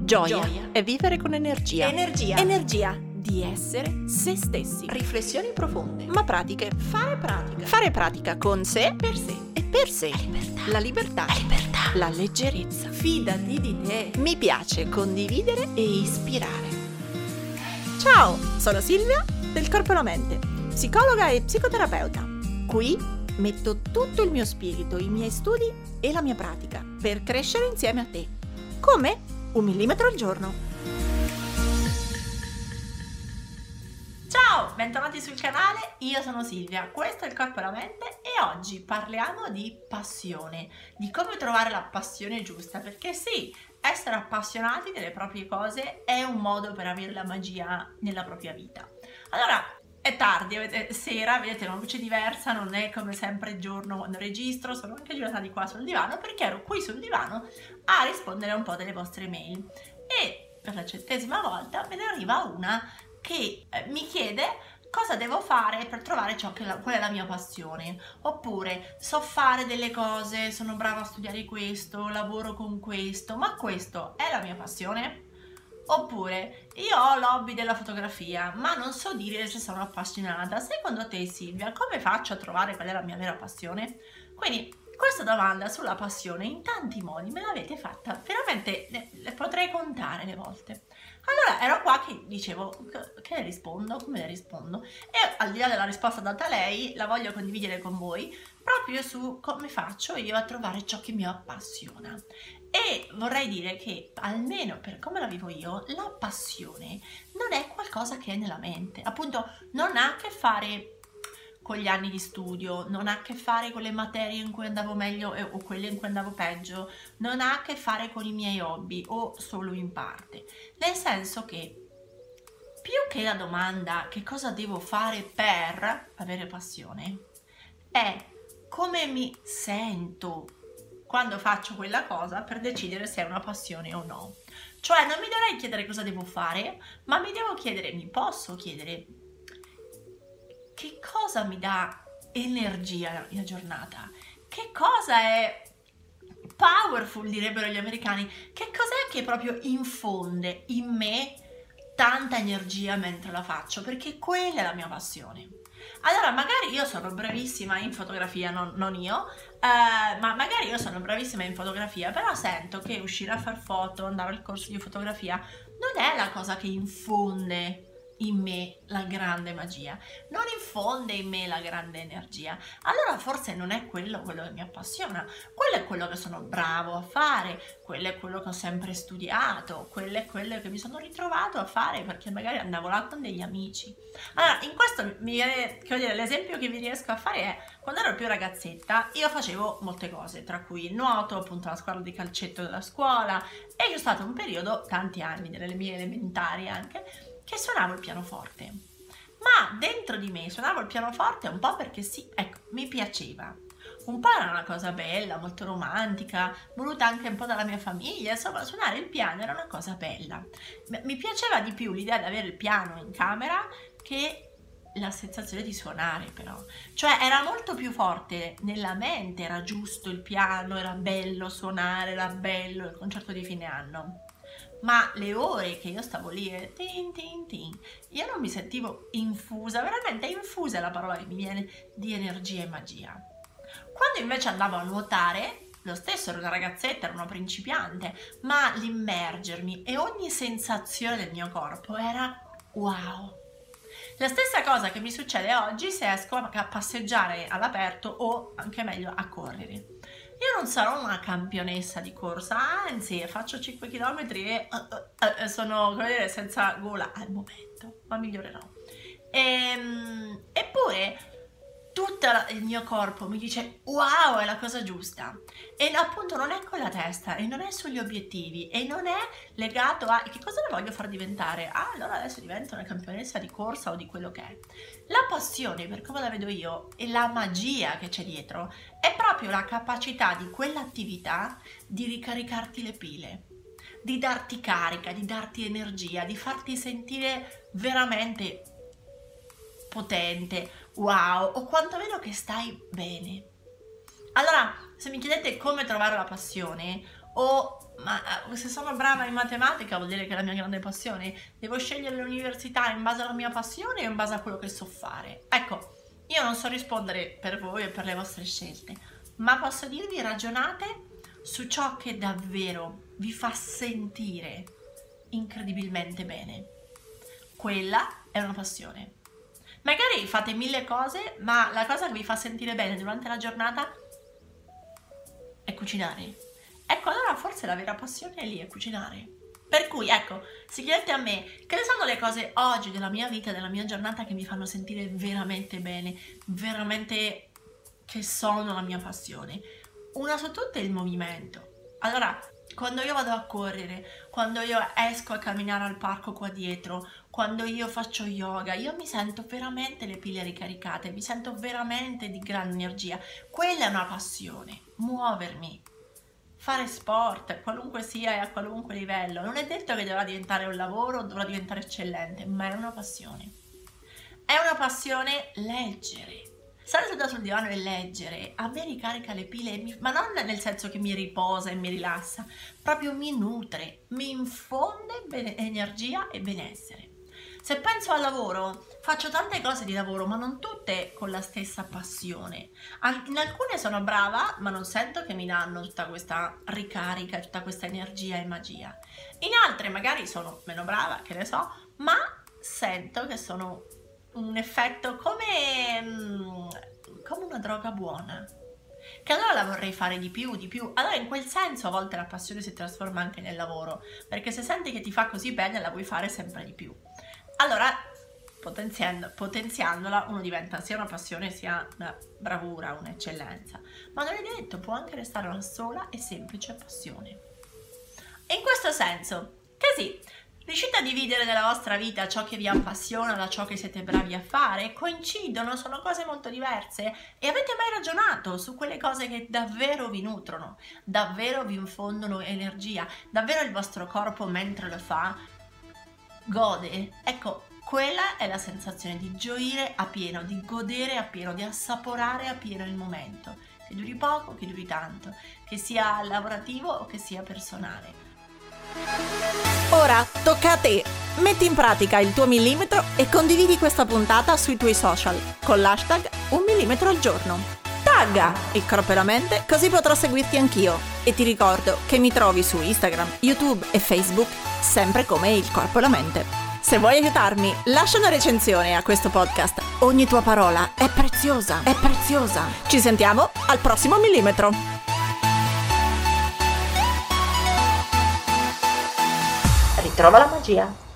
Gioia è vivere con energia. Energia di essere se stessi. Riflessioni profonde, ma pratiche. Fare pratica con sé, Per sé. e per sé. La libertà. La leggerezza. Fidati di te. Mi piace condividere e ispirare. Ciao, sono Silvia del Corpo e la Mente, psicologa e psicoterapeuta. Qui metto tutto il mio spirito, i miei studi e la mia pratica per crescere insieme a te. Come? 1 millimetro al giorno. Ciao, bentornati sul canale, io sono Silvia, questo è il Corpo e la Mente e oggi parliamo di passione, di come trovare la passione giusta, perché sì, essere appassionati delle proprie cose è un modo per avere la magia nella propria vita. Allora, è tardi, sera, vedete una luce diversa, non è come sempre il giorno quando registro, sono anche girata di qua sul divano perché ero qui sul divano a rispondere a un po' delle vostre mail e per la 100ª volta me ne arriva una che mi chiede cosa devo fare per trovare qual è la mia passione, oppure so fare delle cose, sono brava a studiare questo, lavoro con questo, ma questo è la mia passione? Oppure io ho l'hobby della fotografia ma non so dire se sono appassionata. Secondo te, Silvia, come faccio a trovare qual è la mia vera passione? Quindi questa domanda sulla passione in tanti modi me l'avete fatta, veramente le potrei contare le volte. Allora ero qua che dicevo che le rispondo, come le rispondo, e al di là della risposta data a lei la voglio condividere con voi proprio su come faccio io a trovare ciò che mi appassiona. E vorrei dire che, almeno per come la vivo io, la passione non è qualcosa che è nella mente, appunto non ha a che fare con gli anni di studio, non ha a che fare con le materie in cui andavo meglio o quelle in cui andavo peggio, non ha a che fare con i miei hobby o solo in parte, nel senso che più che la domanda che cosa devo fare per avere passione è come mi sento quando faccio quella cosa per decidere se è una passione o no. Cioè non mi dovrei chiedere cosa devo fare, ma mi posso chiedere che cosa mi dà energia la giornata, che cosa è powerful, direbbero gli americani, che cos'è che proprio infonde in me tanta energia mentre la faccio, perché quella è la mia passione. Allora magari io sono bravissima in fotografia, non io, ma magari io sono bravissima in fotografia, però sento che uscire a far foto, andare al corso di fotografia non è la cosa che infonde in me la grande magia, non infonde in me la grande energia. Allora forse non è quello che mi appassiona, quello è quello che sono bravo a fare, quello è quello che ho sempre studiato, quello è quello che mi sono ritrovato a fare perché magari andavo là con degli amici. Allora in questo mi viene, l'esempio che vi riesco a fare è quando ero più ragazzetta io facevo molte cose, tra cui il nuoto, appunto la squadra di calcetto della scuola, e c'è stato un periodo, tanti anni, delle mie elementari anche, che suonavo il pianoforte. Ma dentro di me suonavo il pianoforte un po' perché sì, ecco, mi piaceva. Un po' era una cosa bella, molto romantica, voluta anche un po' dalla mia famiglia, insomma suonare il piano era una cosa bella. Mi piaceva di più l'idea di avere il piano in camera che la sensazione di suonare, però. Cioè era molto più forte nella mente, era giusto il piano, era bello suonare, era bello il concerto di fine anno. Ma le ore che io stavo lì e tin tin tin, io non mi sentivo infusa, veramente infusa è la parola che mi viene, di energia e magia. Quando invece andavo a nuotare, lo stesso, ero una ragazzetta, ero una principiante, ma l'immergermi e ogni sensazione del mio corpo era wow. La stessa cosa che mi succede oggi se esco a passeggiare all'aperto o, anche meglio, a correre. Io non sarò una campionessa di corsa, anzi faccio 5 km e sono, come dire, senza gola al momento, ma migliorerò. Eppure tutto il mio corpo mi dice wow, è la cosa giusta, e appunto non è con la testa e non è sugli obiettivi e non è legato a che cosa ne voglio far diventare. Allora adesso divento una campionessa di corsa o di quello che è. La passione, per come la vedo io, e la magia che c'è dietro è proprio la capacità di quell'attività di ricaricarti le pile, di darti carica, di darti energia, di farti sentire veramente potente, wow, o quantomeno che stai bene. Allora, se mi chiedete come trovare la passione o ma se sono brava in matematica vuol dire che è la mia grande passione. Devo scegliere l'università in base alla mia passione o in base a quello che so fare? Ecco, io non so rispondere per voi e per le vostre scelte, ma posso dirvi: ragionate su ciò che davvero vi fa sentire incredibilmente bene. Quella è una passione. Magari fate 1000 cose, ma la cosa che vi fa sentire bene durante la giornata è cucinare. Ecco, allora forse la vera passione è lì, è cucinare. Per cui, ecco, se chiedete a me quali sono le cose oggi della mia vita, della mia giornata che mi fanno sentire veramente bene, veramente che sono la mia passione, una su tutte è il movimento. Allora, quando io vado a correre, quando io esco a camminare al parco qua dietro, quando io faccio yoga, io mi sento veramente le pile ricaricate, mi sento veramente di grande energia. Quella è una passione, muovermi, fare sport, qualunque sia e a qualunque livello. Non è detto che dovrà diventare un lavoro o dovrà diventare eccellente, ma è una passione. È una passione leggere. Stare seduta sul divano e leggere a me ricarica le pile, ma non nel senso che mi riposa e mi rilassa, proprio mi nutre, mi infonde energia e benessere. Se penso al lavoro, faccio tante cose di lavoro, ma non tutte con la stessa passione. In alcune sono brava, ma non sento che mi danno tutta questa ricarica, tutta questa energia e magia. In altre magari sono meno brava, che ne so, ma sento che sono un effetto come una droga buona, che allora la vorrei fare di più. Allora in quel senso a volte la passione si trasforma anche nel lavoro, perché se senti che ti fa così bene la vuoi fare sempre di più. Allora potenziandola uno diventa sia una passione sia una bravura, un'eccellenza, ma non è detto, può anche restare una sola e semplice passione. E in questo senso, così riuscite a dividere nella vostra vita ciò che vi appassiona da ciò che siete bravi a fare? Coincidono? Sono cose molto diverse? E avete mai ragionato su quelle cose che davvero vi nutrono, davvero vi infondono energia, davvero il vostro corpo mentre lo fa gode? Ecco, quella è la sensazione di gioire a pieno, di godere a pieno, di assaporare a pieno il momento, che duri poco, che duri tanto, che sia lavorativo o che sia personale. Ora tocca a te. Metti in pratica il tuo millimetro e condividi questa puntata sui tuoi social con l'hashtag 1 millimetro al giorno. Tagga il corpo e la mente, così potrò seguirti anch'io. E ti ricordo che mi trovi su Instagram, YouTube e Facebook sempre come il corpo e la mente. Se vuoi aiutarmi, lascia una recensione a questo podcast. Ogni tua parola è preziosa, è preziosa. Ci sentiamo al prossimo millimetro. Ritrova la magia.